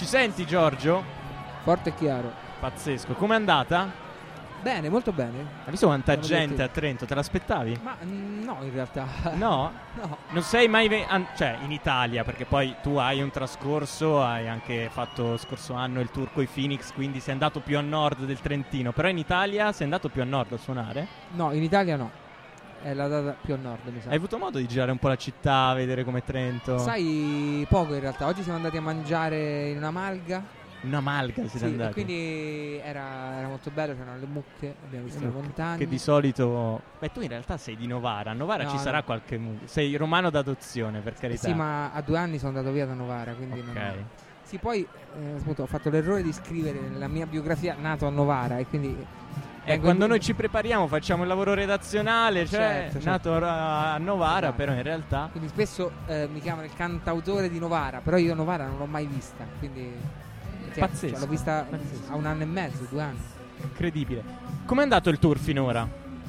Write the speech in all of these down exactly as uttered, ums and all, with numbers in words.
Ci senti, Giorgio? Forte e chiaro. Pazzesco. Com'è andata? Bene, molto bene. Hai visto quanta gente a Trento? Te l'aspettavi? Ma mm, no, in realtà. No? No. Non sei mai ve- an- cioè in Italia, perché poi tu hai un trascorso, hai anche fatto scorso anno il tour coi Phoenix, quindi sei andato più a nord del Trentino, però in Italia sei andato più a nord a suonare? No, in Italia no. È la data più a nord, mi sa. Hai avuto modo di girare un po' la città, vedere com'è Trento? Sai, poco in realtà. Oggi siamo andati a mangiare in una malga. Una malga siete Sì, andati. e quindi era, era molto bello, c'erano le mucche, abbiamo visto le montagne. Che di solito... Beh, tu in realtà sei di Novara. A Novara No, ci no. sarà qualche... mu- Sei romano d'adozione, per carità. Sì, ma a due anni sono andato via da Novara, quindi Ok. non... Sì, poi eh, appunto, ho fatto l'errore di scrivere la mia biografia nato a Novara e quindi... E vengo quando in- noi ci prepariamo facciamo il lavoro redazionale, cioè Certo, certo. nato a a Novara, Esatto. però in realtà... Quindi spesso eh, mi chiamano il cantautore di Novara, però io Novara non l'ho mai vista, quindi... perché, Pazzesco. cioè, l'ho vista Pazzesco. a un anno e mezzo, due anni. Incredibile. Com'è andato il tour finora?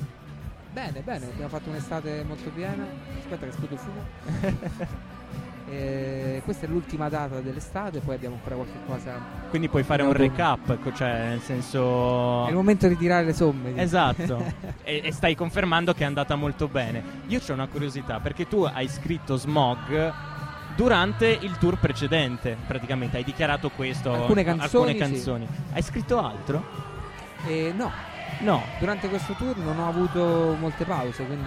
Bene, bene, abbiamo fatto un'estate molto piena. Aspetta che sputo il fumo. E questa è l'ultima data dell'estate, poi abbiamo ancora qualche cosa. Quindi puoi fare in un autunno. recap, co- cioè nel senso... È il momento di tirare le somme. dico. Esatto. e, e stai confermando che è andata molto bene. Io c'ho una curiosità, perché tu hai scritto Smog durante il tour precedente, praticamente hai dichiarato questo. Alcune canzoni, alcune sì. canzoni. Hai scritto altro? E no, No. durante questo tour non ho avuto molte pause, quindi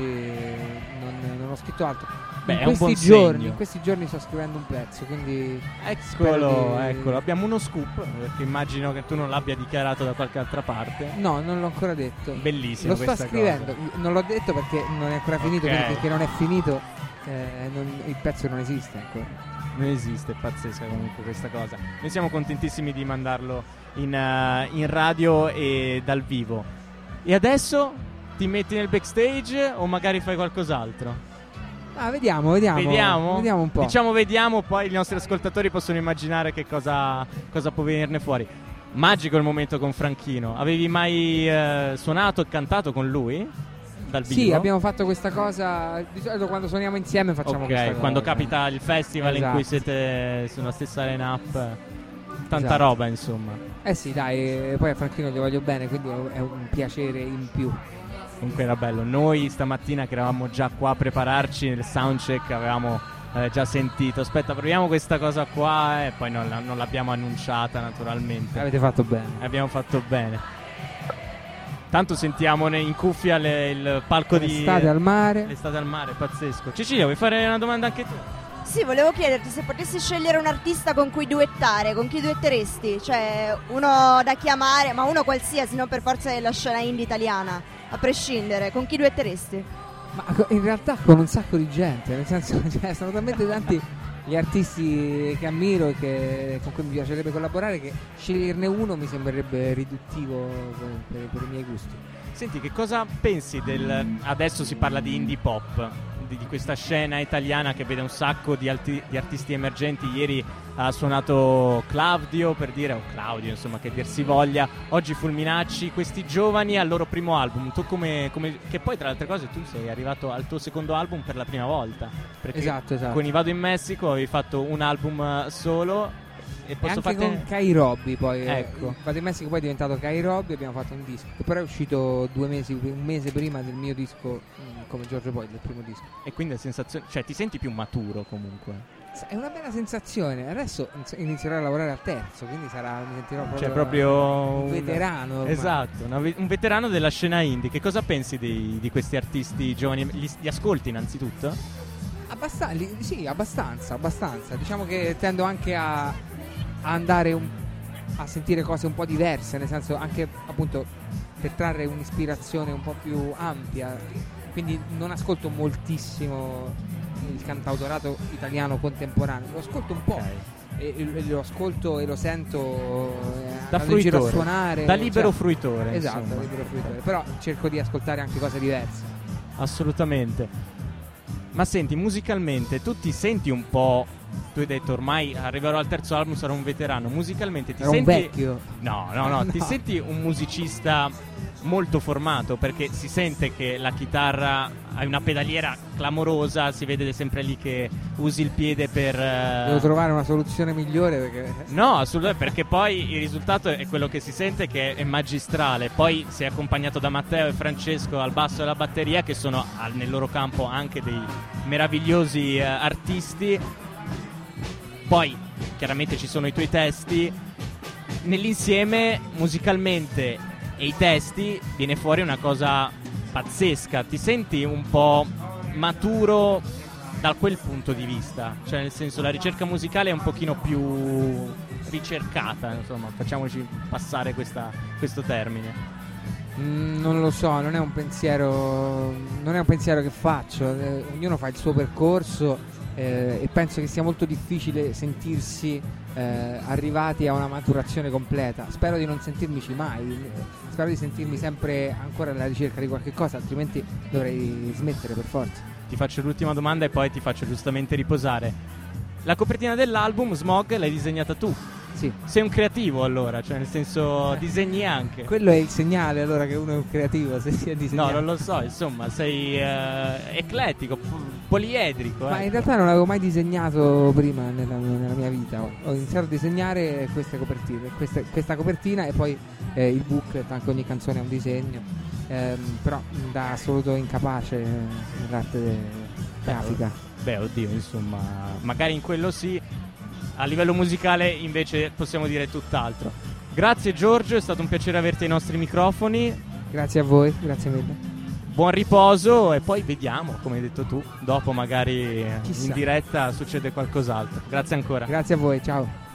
non, non ho scritto altro. Beh, in è un questi buon giorni, segno. in questi giorni sto scrivendo un pezzo, quindi Eccolo, spero di- eccolo. Abbiamo uno scoop, perché immagino che tu non l'abbia dichiarato da qualche altra parte. no, non l'ho ancora detto. Bellissimo Lo sto questa scrivendo, cosa. non l'ho detto perché non è ancora finito, Ok. quindi finché non è finito eh, non- il pezzo non esiste ancora. Non esiste, è pazzesca comunque questa cosa. Noi siamo contentissimi di mandarlo in, eh, in radio e dal vivo. E adesso ti metti nel backstage o magari fai qualcos'altro? Ah, vediamo, vediamo. Vediamo? Vediamo un po'. Diciamo vediamo, poi i nostri ascoltatori possono immaginare che cosa, cosa può venirne fuori. Magico il momento con Franchino. Avevi mai eh, suonato e cantato con lui? Dal vivo? Sì, abbiamo fatto questa cosa. Di solito quando suoniamo insieme facciamo Ok, questa quando cosa. capita il festival in Esatto. cui siete sulla stessa line-up, tanta Esatto. roba insomma. Eh sì, dai, e poi a Franchino gli voglio bene, quindi è un piacere in più. Comunque era bello. Noi stamattina che eravamo già qua a prepararci nel soundcheck avevamo eh, già sentito. Aspetta, proviamo questa cosa qua e poi non, la- non l'abbiamo annunciata naturalmente. Avete fatto bene. Abbiamo fatto bene. Tanto sentiamo ne- in cuffia le- il palco di L'estate al mare. L'estate al mare, pazzesco. Cecilia, vuoi fare una domanda anche tu? Sì, volevo chiederti se potessi scegliere un artista con cui duettare, con chi duetteresti? Cioè, uno da chiamare, ma uno qualsiasi, non per forza della scena indie italiana, a prescindere, con chi duetteresti? Ma co- in realtà con un sacco di gente, nel senso, cioè, sono talmente tanti gli artisti che ammiro e che- con cui mi piacerebbe collaborare che sceglierne uno mi sembrerebbe riduttivo per, per- per i miei gusti. Senti, che cosa pensi del... Adesso si parla di indie pop, di, di questa scena italiana che vede un sacco di, alti- di artisti emergenti. Ieri ha suonato Claudio, per dire, o Claudio, insomma, che dir si voglia. Oggi Fulminacci, questi giovani al loro primo album. Tu come, come... Che poi, tra le altre cose, tu sei arrivato al tuo secondo album per la prima volta. Perché Esatto, esatto. con I Vado in Messico avevi fatto un album eh, solo. E E posso anche farti... con Kai Robby poi eh, Ecco. Vado in Messico poi è diventato Kai Robby, abbiamo fatto un disco che però è uscito due mesi, un mese prima del mio disco mm, come Giorgio Poi, del primo disco. E quindi la sensazione... Cioè, ti senti più maturo comunque. È una bella sensazione. Adesso ins- inizierò a lavorare al terzo, quindi sarà, mi sentirò proprio, Cioè, proprio un un- veterano ormai. Esatto, una ve- un veterano della scena indie. Che cosa pensi di, di questi artisti giovani? Li, li ascolti innanzitutto? Abbastan- li- sì, abbastanza, abbastanza. Diciamo che tendo anche a, a andare un- a sentire cose un po' diverse, nel senso anche appunto per trarre un'ispirazione un po' più ampia. Quindi non ascolto moltissimo il cantautorato italiano contemporaneo, lo ascolto un po'. Ok. E, e lo ascolto e lo sento eh, Da andando in giro a fruitore. suonare, Da libero cioè, fruitore. esatto, insomma. da libero fruitore. Però cerco di ascoltare anche cose diverse. Assolutamente. Ma senti, musicalmente tu ti senti un po'... Tu hai detto ormai arriverò al terzo album, sarò un veterano. Musicalmente ti Era un senti... vecchio. No, no, no, ti No. senti un musicista molto formato, perché si sente che la chitarra ha una pedaliera clamorosa, si vede sempre lì che usi il piede per... Uh... Devo trovare una soluzione migliore perché... No, assolutamente, perché poi il risultato è quello che si sente, che è magistrale. Poi sei accompagnato da Matteo e Francesco al basso e alla batteria, che sono al, nel loro campo anche dei meravigliosi uh, artisti. Poi chiaramente ci sono i tuoi testi. Nell'insieme, musicalmente e i testi, viene fuori una cosa pazzesca. Ti senti un po' maturo da quel punto di vista? Cioè, nel senso, la ricerca musicale è un pochino più ricercata, insomma, facciamoci passare questa, questo termine. Mm, non lo so, non è un pensiero, non è un pensiero che faccio. Eh, ognuno fa il suo percorso. Eh, e penso che sia molto difficile sentirsi eh, arrivati a una maturazione completa. Spero di non sentirmici mai, spero di sentirmi sempre ancora alla ricerca di qualche cosa, altrimenti dovrei smettere per forza. Ti faccio l'ultima domanda e poi ti faccio giustamente riposare. La copertina dell'album, Smog, l'hai disegnata tu? Sì. Sei un creativo allora, cioè nel senso disegni anche. Quello è il segnale allora che uno è un creativo, se si è disegnato. No, non lo so, insomma, sei uh, eclettico, p- poliedrico. Ma ecco. in realtà non avevo mai disegnato prima nella mia, nella mia vita. Ho iniziato a disegnare queste copertine, questa, questa copertina e poi eh, il booklet, anche ogni canzone ha un disegno, ehm, però da assoluto incapace nell'arte de- grafica. Beh, oddio, insomma, magari in quello sì. A livello musicale invece possiamo dire tutt'altro. Grazie Giorgio, è stato un piacere averti ai nostri microfoni. Grazie a voi, grazie mille. Buon riposo e poi vediamo, come hai detto tu, dopo magari Chissà. in diretta succede qualcos'altro. Grazie ancora. Grazie a voi, ciao.